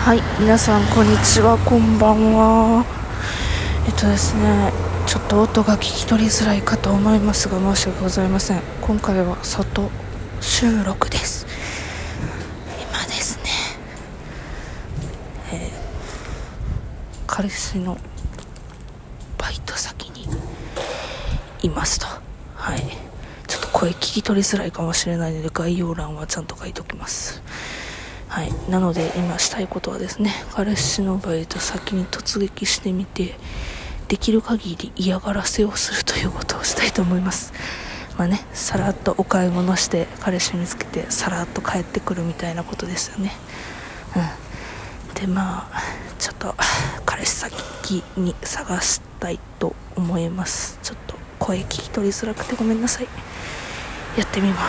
はい、皆さんこんにちは、こんばんは。ですね、ちょっと音が聞き取りづらいかと思いますが申し訳ございません。今回は外収録です。今ですね、彼氏のバイト先にいますと。はい、ちょっと声聞き取りづらいかもしれないので概要欄はちゃんと書いておきます。はい、なので今したいことはですね、彼氏のバイト先に突撃してみて、できる限り嫌がらせをするということをしたいと思います。さらっとお買い物して彼氏見つけてさらっと帰ってくるみたいなことですよね。でちょっと彼氏先に探したいと思います。ちょっと声聞き取りづらくてごめんなさい。やってみます。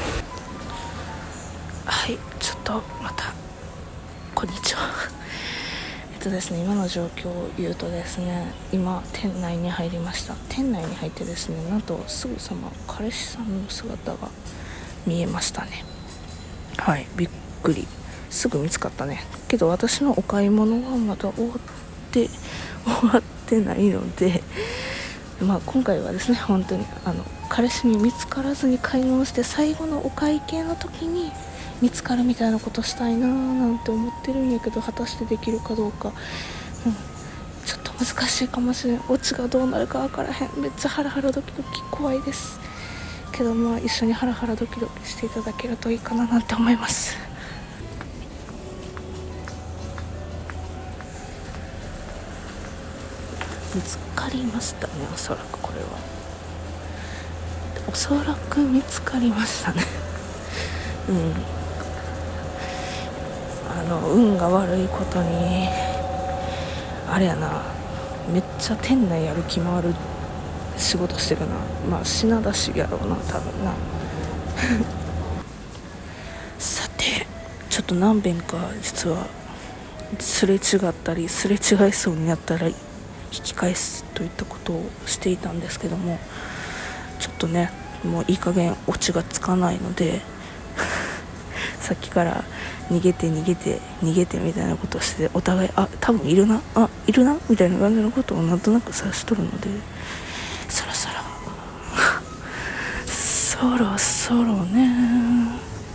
はい、ちょっとまたこんにちは。ですね、今の状況を言うとですね、今店内に入りました。店内に入ってですね、なんとすぐさま彼氏さんの姿が見えましたね。はい、びっくり。すぐ見つかったね。けど私のお買い物はまだ終わってないので、今回はですね、本当に彼氏に見つからずに買い物して最後のお会計の時に見つかるみたいなことしたいなーなんて思ってるんやけど、果たしてできるかどうか、ちょっと難しいかもしれん。オチがどうなるか分からへん。めっちゃハラハラドキドキ怖いですけど、一緒にハラハラドキドキしていただけるといいかななんて思います。見つかりましたね。おそらくこれはおそらく見つかりましたね。運が悪いことにあれやな、めっちゃ店内やる気もある仕事してるな。品出しやろうな、多分な。さて、ちょっと何遍か実はすれ違ったりすれ違いそうになったら引き返すといったことをしていたんですけども、ちょっとね、もういい加減オチがつかないのでさっきから逃げてみたいなことをして、お互い多分いるなみたいな感じのことをなんとなく察しとるので、そろそろね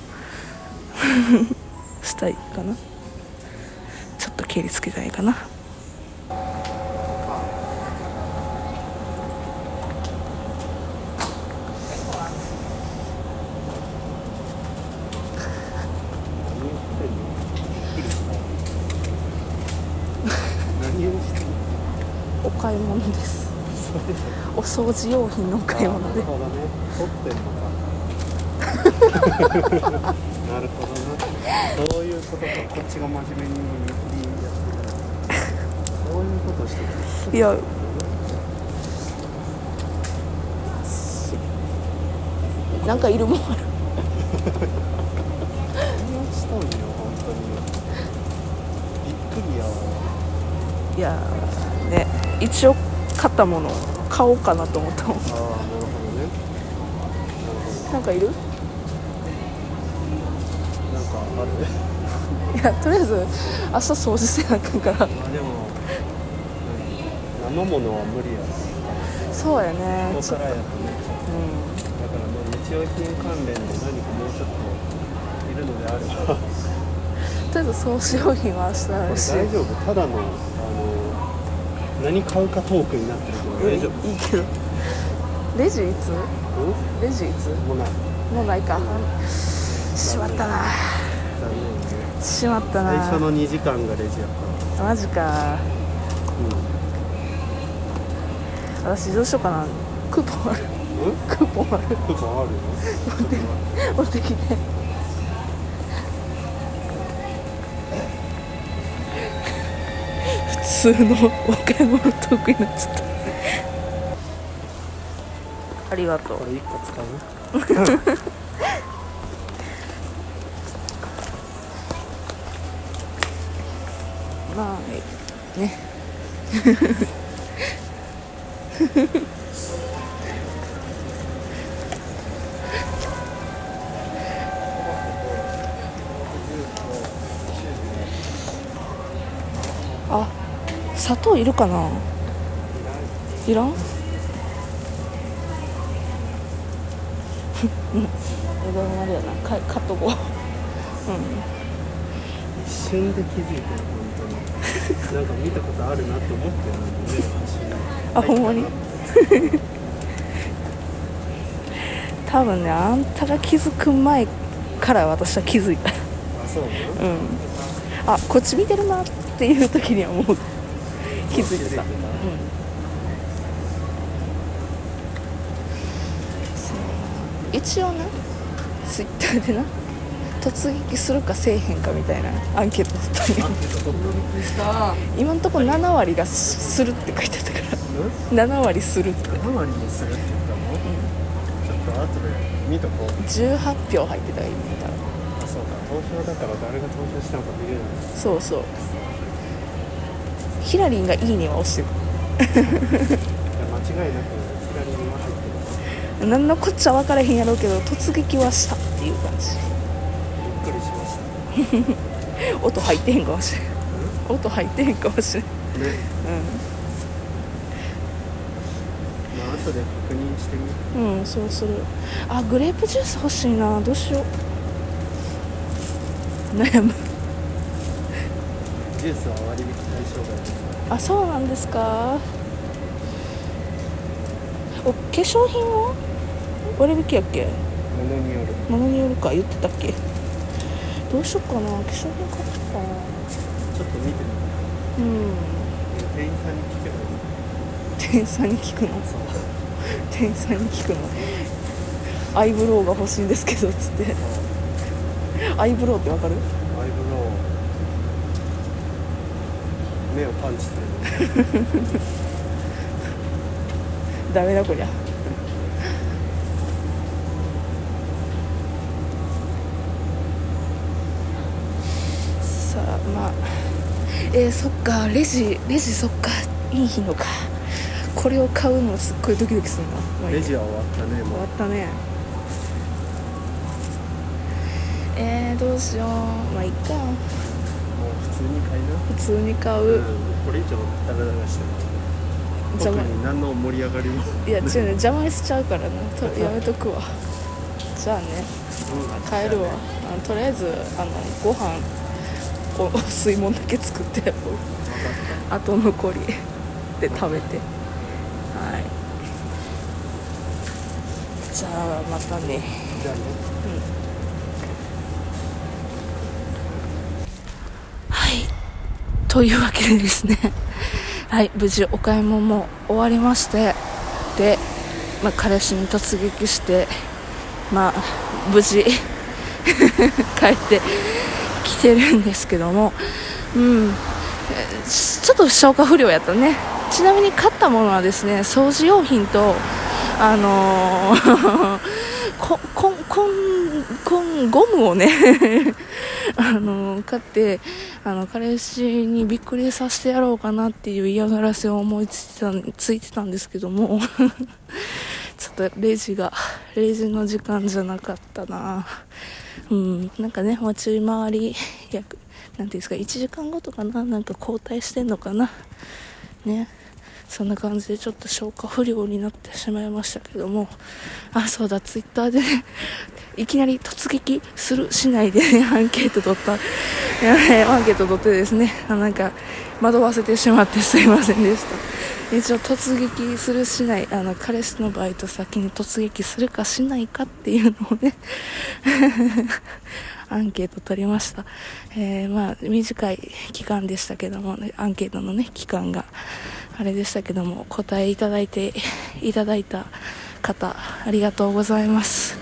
したいかな。ちょっと蹴りつけたいかな。お買い物です。お掃除用品のお買い物で。 なるほどね。取ってんのか。なるほどな。そういうことか。こっちが真面目にやってた。そういうことしてる。 いや、なんかいるもんある。 何したんよ、本当に。びっくりやわ。 いやね、一応買ったものを買おうかなと思ったもん。 なるほどね。 なんかいる？ なんかある？ いや、とりあえず明日掃除せなあかんから。 でも飲むのは無理やろ。 そうやね。 ここからやとね。だから日用品関連で何かもうちょっといるのであれば。 とりあえず掃除用品は明日あるし。 大丈夫？ただの何買うかトークになってるけど大丈夫？ いいけど。レジいつ？レジいつ？ もうない。 もうないか。しまったな。 残念ね。 しまったな。 最初の2時間がレジやから。 マジか。私どうしようかな。クーポンある？クーポンある？ クーポンあるよ。 持ってきて。普通のお買い物トークになっちゃった。ありがとう。 これ1個使う？ ねあ、砂糖いるかな。いらん。うどんあれやな、買っとこう。 一瞬で気づいてる、本当になんか見たことあるなって思ってるんで、 あ、ほんまに多分ね、あんたが気づく前から私は気づいた。 あ、そうね。 あ、こっち見てるなっていう時にはもう気づいてた。一応な、ツイッターでな、突撃するかせえへんかみたいなアンケート取ったんよ。今のところ7割がするって書いてあったから、7割するって。 7割にするって言ったの？ちょっと後で見とこう。 18票入ってたよ、今見たら。 あ、そうか、投票だから誰が投票したのか見れるんです。 そうそう。ヒラリンがいいねは押してる。 いや、間違いなくヒラリンは入ってる。 何のこっちゃ分からへんやろうけど、突撃はしたっていう感じ。 びっくりしました。 音入ってへんかもしれん。音入ってへんかもしれん。 ね。まあ後で確認してみ。 そうする。あ、グレープジュース欲しいな。どうしよう。悩む。 ジュースは割引対象外です。 あ、そうなんですか。お、化粧品は割引やっけ。 物による。 物によるか、言ってたっけ。どうしよっかな。化粧品買ってかな。 ちょっと見てみて。店員さんに聞けばいい。 店員さんに聞くの。 そう。 店員さんに聞くの。アイブロウが欲しいんですけどつって。アイブロウってわかる？ アイブロウ。目をパンチする。 ダメだこりゃ。さあ、まあそっか、レジそっか、いい日のか。これを買うのすっごいドキドキするな。まあ、 レジは終わったね。 終わったね。どうしよう。まあいいか。 もう普通に買いな。 普通に買う。 これ以上ダラダラしても特に何の盛り上がりも。 いや違うね、邪魔しちゃうからな。やめとくわ。じゃあね、帰るわ。とりあえずご飯お吸い物だけ作って後残りで食べて、はい。じゃあまたね。 じゃあね。 はい、というわけでですね、はい、無事お買い物も終わりまして、で、彼氏に突撃して、無事帰ってきてるんですけども、ちょっと消化不良やったね。ちなみに買ったものはですね、掃除用品とゴムをね買って、彼氏にびっくりさせてやろうかなっていう嫌がらせを思いついてたんですけどもちょっとレジの時間じゃなかったな。なんかね、待ち回りなんていうんですか、1時間ごとかな、なんか交代してんのかなね。そんな感じでちょっと消化不良になってしまいましたけども、そうだ、ツイッターでね、いきなり突撃するしないでね、アンケート取ってですね、なんか惑わせてしまってすいませんでした。一応突撃するしない、彼氏のバイト先に突撃するかしないかっていうのをねアンケート取りました。短い期間でしたけども、ね、アンケートのね期間があれでしたけども、答えいただいた方ありがとうございます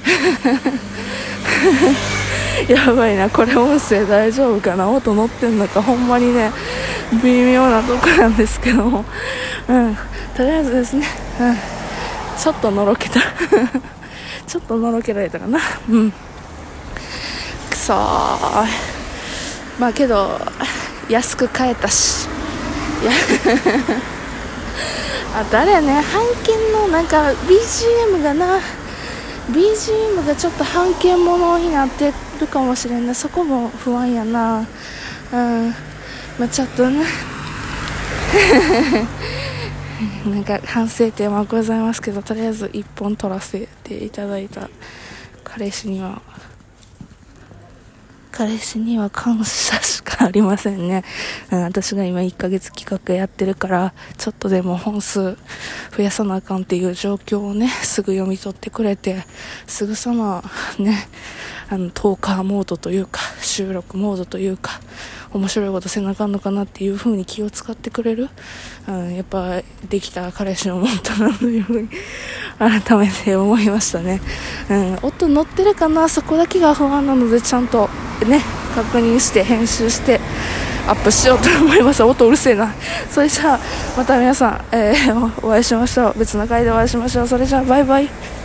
やばいな、これ音声大丈夫かな、音乗ってんのかほんまにね微妙なとこなんですけども、とりあえずですね、ちょっとのろけたちょっとのろけられたかな。くそー。けど安く買えたし、誰ね、半券のなんか BGM がちょっと半券ものになってるかもしれんな。そこも不安やな。 ちょっとねなんか反省点はございますけど、とりあえず1本取らせていただいた彼氏には感謝しかありませんね。私が今1ヶ月企画やってるから、ちょっとでも本数増やさなあかんっていう状況をね、すぐ読み取ってくれて、すぐさまね、トーカーモードというか、収録モードというか、面白いことせなあかんのかなっていう風に気を使ってくれる、やっぱできた彼氏のもんだなという風に改めて思いましたね。音乗ってるかな、そこだけが不安なので、ちゃんとね確認して編集してアップしようと思います。音うるせえな。それじゃあまた皆さん、お会いしましょう。別の回でお会いしましょう。それじゃあバイバイ。